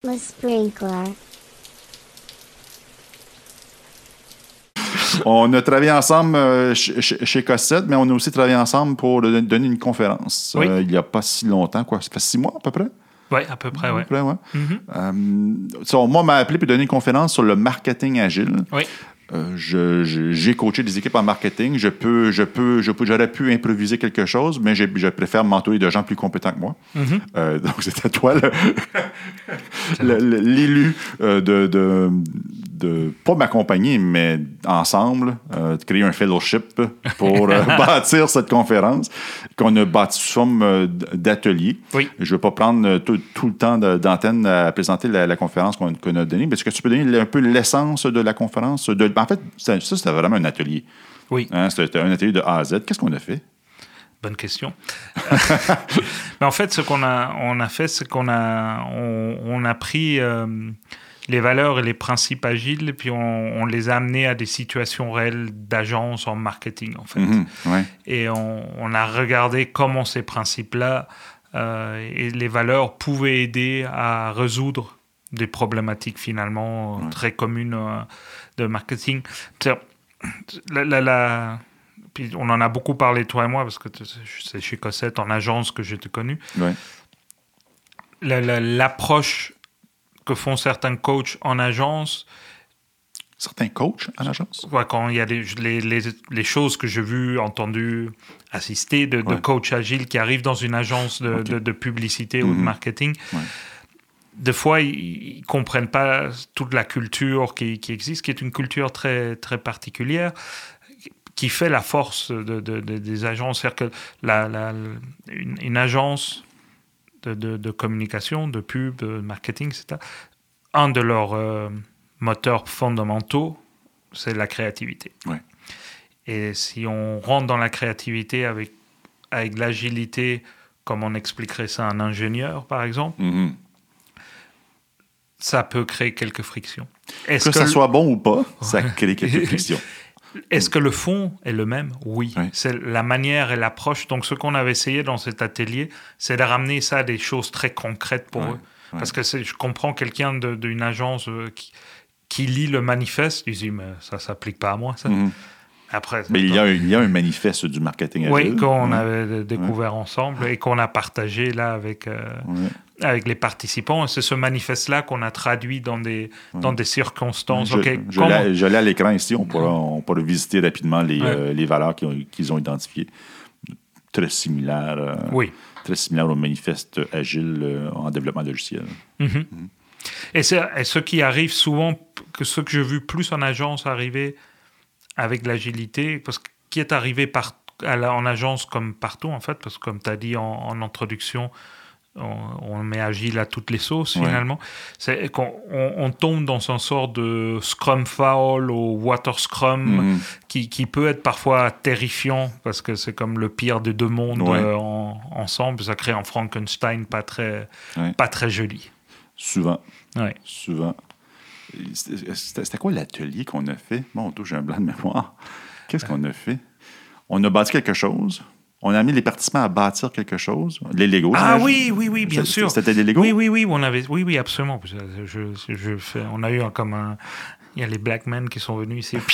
Le sprinkler. On a travaillé ensemble chez Cossette, mais on a aussi travaillé ensemble pour donner une conférence. Oui. Il n'y a pas si longtemps, quoi. Ça fait 6 mois à peu près? Oui, à peu près, À oui. peu près, ouais. Moi, on m'a appelé pour donner une conférence sur le marketing agile. Oui. J'ai coaché des équipes en marketing. J'aurais pu improviser quelque chose, mais je préfère m'entourer de gens plus compétents que moi. Donc, c'est à toi l'élu de pas m'accompagner, mais ensemble, de créer un fellowship pour bâtir cette conférence qu'on a bâtie sous forme d'atelier. Oui. Je ne vais pas prendre tout le temps d'antenne à présenter la conférence qu'on a donnée, mais est-ce que tu peux donner un peu l'essence de la conférence? En fait, ça, c'était vraiment un atelier. Oui. Hein, c'était un atelier de A à Z. Qu'est-ce qu'on a fait? Bonne question. Mais en fait, ce qu'on a fait, c'est qu'on a pris les valeurs et les principes agiles, et puis on les a amenés à des situations réelles d'agence en marketing, en fait. Ouais. Et on a regardé comment ces principes-là et les valeurs pouvaient aider à résoudre des problématiques finalement très communes de marketing. Puis on en a beaucoup parlé, toi et moi, parce que c'est chez Cossette, en agence, que je t'ai connu. Ouais. L'approche que font certains coachs en agence... Certains coachs en agence? Ouais, quand il y a les choses que j'ai vues, entendues, assistées de coachs agiles qui arrivent dans une agence de publicité ou de marketing... Ouais. Des fois, ils ne comprennent pas toute la culture qui existe, qui est une culture très, très particulière, qui fait la force des agences. C'est-à-dire que une agence de communication, de pub, de marketing, etc., un de leurs moteurs fondamentaux, c'est la créativité. Ouais. Et si on rentre dans la créativité avec l'agilité, comme on expliquerait ça à un ingénieur, par exemple, ça peut créer quelques frictions. Que ça soit bon ou pas, ça crée quelques frictions. Est-ce que le fond est le même? Oui. C'est la manière et l'approche. Donc, ce qu'on avait essayé dans cet atelier, c'est de ramener ça à des choses très concrètes pour eux. Ouais. Parce que je comprends quelqu'un d'une agence qui lit le manifeste, il dit, mais ça ne s'applique pas à moi, ça. Après, mais il y a un manifeste du marketing agile. Oui, qu'on avait découvert ensemble et qu'on a partagé là avec les participants. Et c'est ce manifeste-là qu'on a traduit dans des circonstances. Je l'ai à l'écran ici. On pourra visiter rapidement les valeurs qu'ils ont identifiées. Très similaires. Très similaire au manifeste agile en développement logiciel. Et ce qui arrive souvent, ce que j'ai vu plus en agence arriver avec l'agilité, parce que qui est arrivé en agence comme partout, en fait, parce que comme tu as dit en introduction, on met agile à toutes les sauces, finalement. C'est qu'on tombe dans une sorte de Scrum Foul ou Water Scrum qui peut être parfois terrifiant, parce que c'est comme le pire des deux mondes ensemble. Ça crée un Frankenstein pas très joli. Souvent. Ouais. Souvent. C'était quoi l'atelier qu'on a fait? Bon, j'ai un blanc de mémoire. Qu'est-ce qu'on a fait? On a bâti quelque chose. On a mis les participants à bâtir quelque chose. Les Legos. Ah oui, bien sûr. C'était des Legos? Oui, absolument. On a eu il y a les Black Men qui sont venus ici.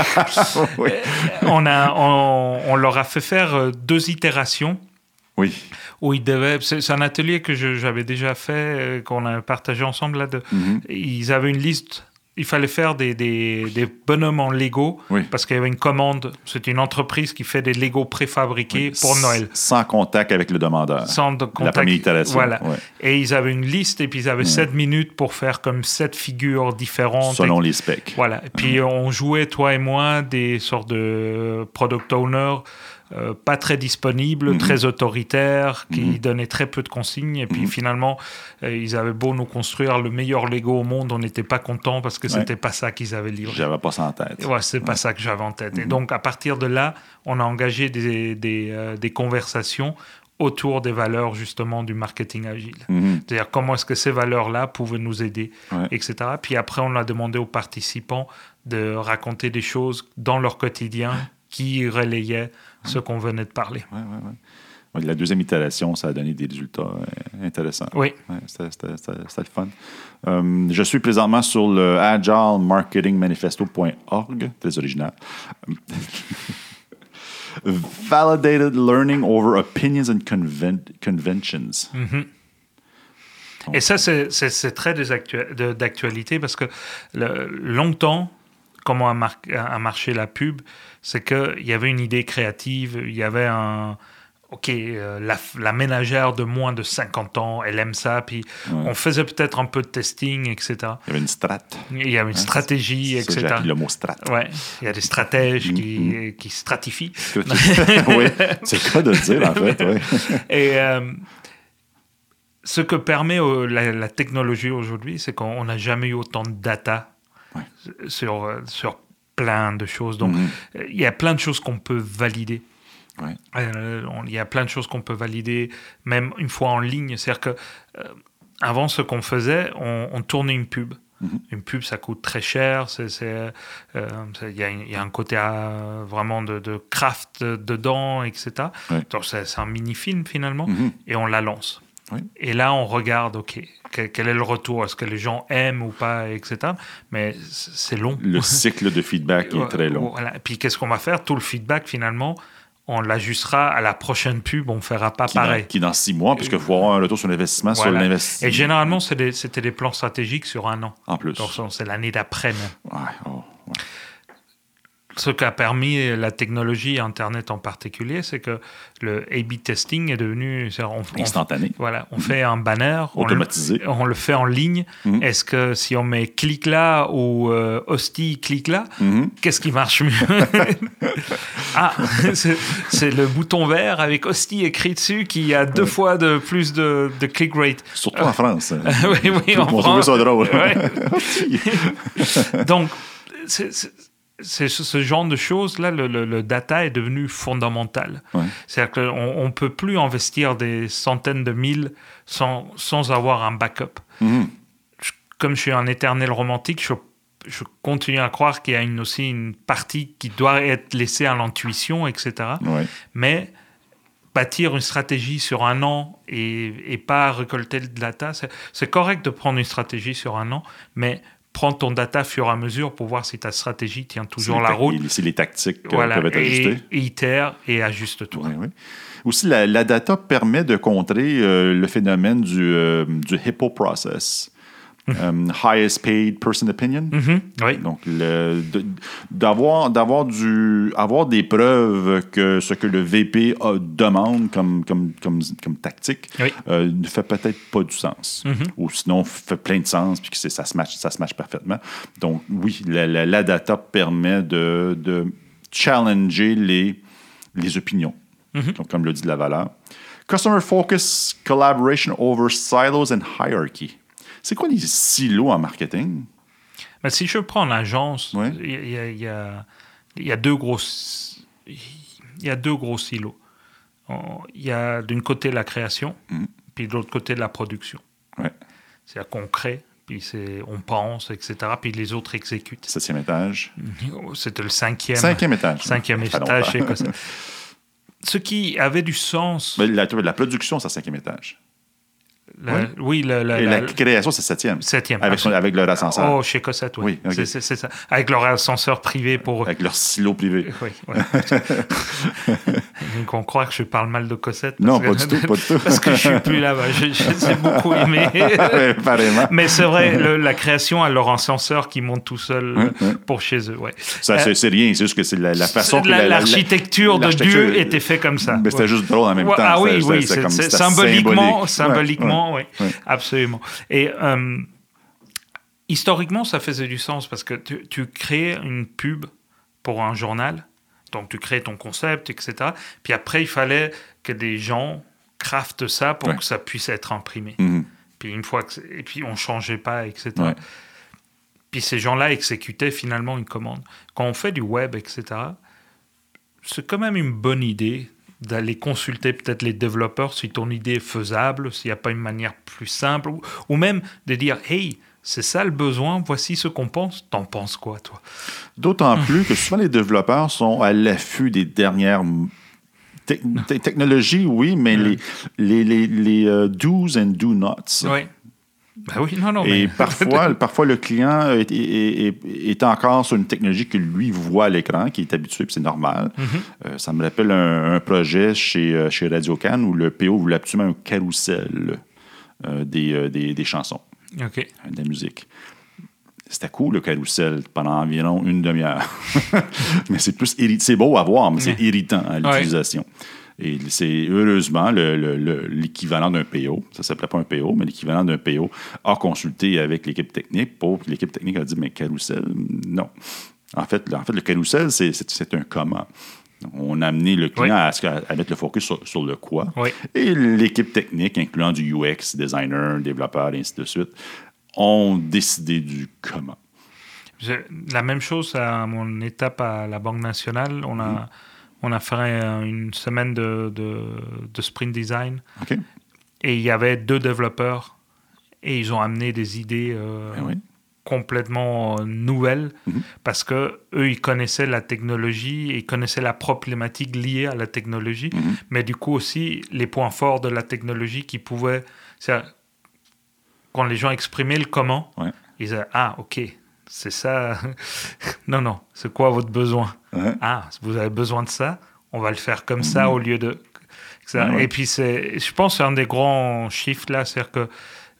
On leur a fait faire 2 itérations. Oui. Où c'est un atelier que j'avais déjà fait, qu'on a partagé ensemble là. Ils avaient une liste. Il fallait faire des bonhommes en Lego parce qu'il y avait une commande. C'est une entreprise qui fait des Lego préfabriqués pour Noël. Sans contact avec le demandeur. Sans contact. La première itération. Voilà. Ouais. Et ils avaient une liste et puis ils avaient 7 minutes pour faire comme 7 figures différentes. Selon les specs. Voilà. Et puis on jouait, toi et moi, des sortes de product owners pas très disponibles, très autoritaires, qui donnaient très peu de consignes. Et puis finalement, ils avaient beau nous construire le meilleur Lego au monde, on n'était pas contents parce que c'était pas ça qu'ils avaient livré. J'avais pas ça en tête. Ouais, c'est pas ça que j'avais en tête. Et donc, à partir de là, on a engagé des conversations autour des valeurs, justement, du marketing agile. C'est-à-dire, comment est-ce que ces valeurs-là pouvaient nous aider, etc. Puis après, on a demandé aux participants de raconter des choses dans leur quotidien qui relayaient ce qu'on venait de parler. La deuxième itération, ça a donné des résultats intéressants. Oui. Ouais, c'était le fun. Je suis présentement sur le agilemarketingmanifesto.org, très original. Validated learning over opinions and conventions. Mm-hmm. Et ça, c'est très d'actualité parce que longtemps, comment a marché la pub, c'est qu'il y avait une idée créative, il y avait la ménagère de moins de 50 ans, elle aime ça, puis on faisait peut-être un peu de testing, etc. Il y avait une Il y avait une stratégie, etc. J'ai appris le mot strat. Ouais, il y a des stratèges qui stratifient. Oui, c'est le cas de le dire, en fait. Oui. Et ce que permet la technologie aujourd'hui, c'est qu'on n'a jamais eu autant de data sur plein de choses. Donc, il y a plein de choses qu'on peut valider. Ouais. Il y a plein de choses qu'on peut valider, même une fois en ligne. C'est-à-dire que avant, ce qu'on faisait, on tournait une pub. Une pub, ça coûte très cher. Il y a un côté vraiment de craft dedans, etc. Ouais. Donc, c'est un mini-film, finalement, et on la lance. Oui. Et là, on regarde, quel est le retour? Est-ce que les gens aiment ou pas, etc. Mais c'est long. Le cycle de feedback est très long. Voilà. Et puis, qu'est-ce qu'on va faire? Tout le feedback, finalement, on l'ajustera à la prochaine pub, on ne fera pas pareil. Qui dans 6 mois, parce qu'il faut avoir un retour sur l'investissement. Voilà. Sur l'investissement. Et généralement, c'était des plans stratégiques sur 1 an. En plus. Donc, c'est l'année d'après même. Ouais. Ce qu'a permis la technologie, Internet en particulier, c'est que le A/B testing est devenu instantané. On fait un banner, automatisé. On le fait en ligne. Est-ce que si on met clic là ou hostie clic là, qu'est-ce qui marche mieux? C'est le bouton vert avec hostie écrit dessus qui a 2 fois de plus de click rate. Surtout en France. Oui, en France. On trouve ça drôle. Ouais. Donc, c'est ce genre de choses-là, le data est devenu fondamental. Ouais. C'est-à-dire qu'on ne peut plus investir des centaines de mille sans avoir un backup. Comme je suis un éternel romantique, je continue à croire qu'il y a aussi une partie qui doit être laissée à l'intuition, etc. Ouais. Mais bâtir une stratégie sur 1 an et pas récolter le data, c'est correct de prendre une stratégie sur 1 an, mais prends ton data fur et à mesure pour voir si ta stratégie tient toujours la route. Si les tactiques peuvent être ajustées. Et itère et ajuste-toi. Oui. Aussi, la data permet de contrer le phénomène du HIPPO process. Highest paid person opinion. Oui. Donc, avoir des preuves que ce que le VP demande comme tactique ne fait peut-être pas du sens. Ou sinon, fait plein de sens puis que ça se match parfaitement. Donc, oui, la data permet de challenger les opinions. Donc, comme le dit Lavaleur. Customer focus, collaboration over silos and hierarchy. C'est quoi les silos en marketing? Ben, si je prends l'agence, il y a 2 gros silos. Il y a d'un côté la création, puis de l'autre côté la production. Ouais. C'est-à-dire qu'on crée, puis on pense, etc., puis les autres exécutent. 7e étage. C'était le 5e. 5e étage. 5e étage, c'est quoi ça? Ce qui avait du sens... Mais la production, c'est 5e étage. Oui, la création, c'est 7e. 7e. Avec leur ascenseur. Oh, chez Cossette, oui. Okay. C'est ça. Avec leur ascenseur privé pour... Avec leur silo privé. Oui. Donc, on croit que je parle mal de Cossette. Non, pas du tout. Parce que je suis plus là-bas. Je les ai beaucoup aimés. Apparemment. Mais c'est vrai, la création a leur ascenseur qui monte tout seul pour chez eux. Ouais. Ça, c'est rien. C'est juste que c'est la façon que l'architecture de Dieu était faite comme ça. Mais c'était juste drôle en même temps. Ah oui. C'est symboliquement. Oui, absolument. Et historiquement, ça faisait du sens parce que tu crées une pub pour un journal, donc tu crées ton concept, etc. Puis après, il fallait que des gens craftent ça pour que ça puisse être imprimé. Puis et puis on changeait pas, etc. Puis ces gens-là exécutaient finalement une commande. Quand on fait du web, etc., c'est quand même une bonne idée d'aller consulter peut-être les développeurs si ton idée est faisable, s'il n'y a pas une manière plus simple, ou même de dire « Hey, c'est ça le besoin, voici ce qu'on pense. T'en penses quoi, toi? » D'autant plus que souvent les développeurs sont à l'affût des dernières Technologie, oui, mais les do's and do nots. Oui. Ben oui, non, et parfois, le client est encore sur une technologie que lui voit à l'écran, qui est habitué, puis c'est normal. Ça me rappelle un projet chez Radio-Can où le PO voulait absolument un carrousel des chansons, de la musique. C'était cool, le carrousel, pendant environ une demi-heure. Mais c'est beau à voir, mais c'est irritant à l'utilisation. Et c'est heureusement l'équivalent d'un PO. Ça ne s'appelait pas un PO, mais l'équivalent d'un PO a consulté avec l'équipe technique. L'équipe technique a dit, mais carrousel, non. En fait, le carrousel, c'est un comment. On a amené le client à mettre le focus sur le quoi. Et l'équipe technique, incluant du UX, designer, développeur, et ainsi de suite, ont décidé du comment. La même chose à mon étape à la Banque nationale. On a fait une semaine de sprint design. Et il y avait 2 développeurs. Et ils ont amené des idées complètement nouvelles parce que eux ils connaissaient la technologie et ils connaissaient la problématique liée à la technologie. Mais du coup aussi, les points forts de la technologie qui pouvaient... Quand les gens exprimaient le comment, ils disaient « Ah, OK, c'est ça. non, c'est quoi votre besoin? Ah, vous avez besoin de ça, on va le faire comme ça au lieu de... ça. » Et puis, je pense que c'est un des grands shifts là, c'est-à-dire que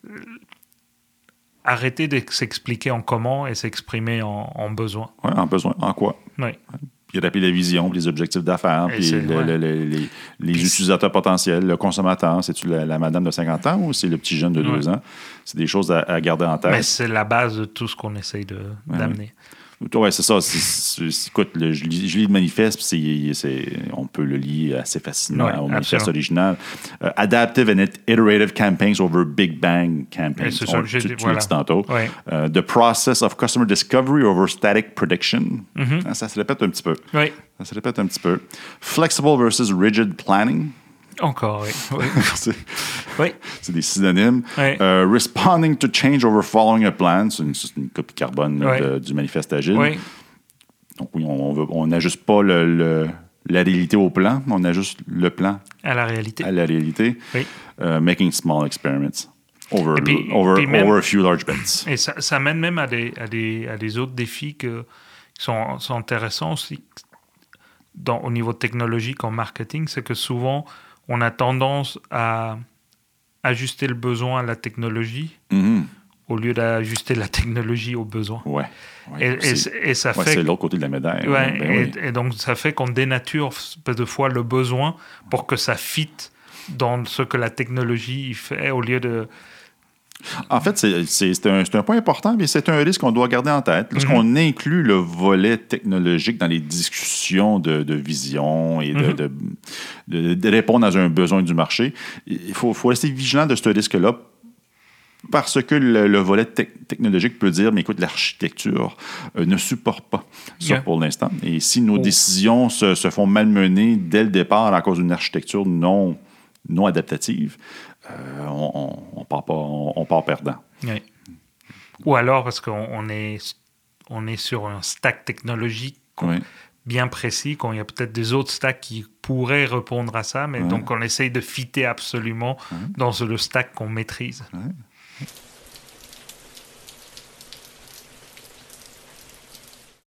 arrêter de s'expliquer en comment et s'exprimer en besoin. Oui, en besoin. En quoi? Oui. Puis rappeler la vision, puis les objectifs d'affaires, puis les utilisateurs potentiels, le consommateur. C'est-tu la madame de 50 ans ou c'est le petit jeune de 2 ans? C'est des choses à garder en tête. Mais c'est la base de tout ce qu'on essaye d'amener. Oui, c'est ça. Écoute, je lis le manifeste, on peut le lire assez facilement au manifeste original. Adaptive and iterative campaigns over Big Bang campaigns. C'est ça que j'ai dit. Tu l'as dit tantôt. The process of customer discovery over static prediction. Ça se répète un petit peu. Ça se répète un petit peu. Flexible versus rigid planning. Encore, oui. C'est des synonymes. Responding to change over following a plan. C'est une copie carbone du manifeste agile. Donc oui, on n'ajuste pas la réalité au plan, on ajuste le plan à la réalité. Making small experiments over a few large bets. Et ça mène même à des autres défis qui sont intéressants aussi au niveau technologique en marketing. C'est que souvent, on a tendance à ajuster le besoin à la technologie au lieu d'ajuster la technologie aux besoins. Et ça fait... c'est l'autre côté de la médaille. Et donc, ça fait qu'on dénature de fois le besoin pour que ça fitte dans ce que la technologie fait au lieu de... En fait, c'est un point important, mais c'est un risque qu'on doit garder en tête. Lorsqu'on inclut le volet technologique dans les discussions de vision et de répondre à un besoin du marché, il faut rester vigilant de ce risque-là parce que le volet technologique peut dire, mais écoute, l'architecture ne supporte pas ça pour l'instant. Et si nos décisions se font malmener dès le départ à cause d'une architecture non adaptative, on part perdant. Ou alors parce qu'on est sur un stack technologique bien précis, quand il y a peut-être des autres stacks qui pourraient répondre à ça, mais donc on essaye de fitter absolument dans le stack qu'on maîtrise.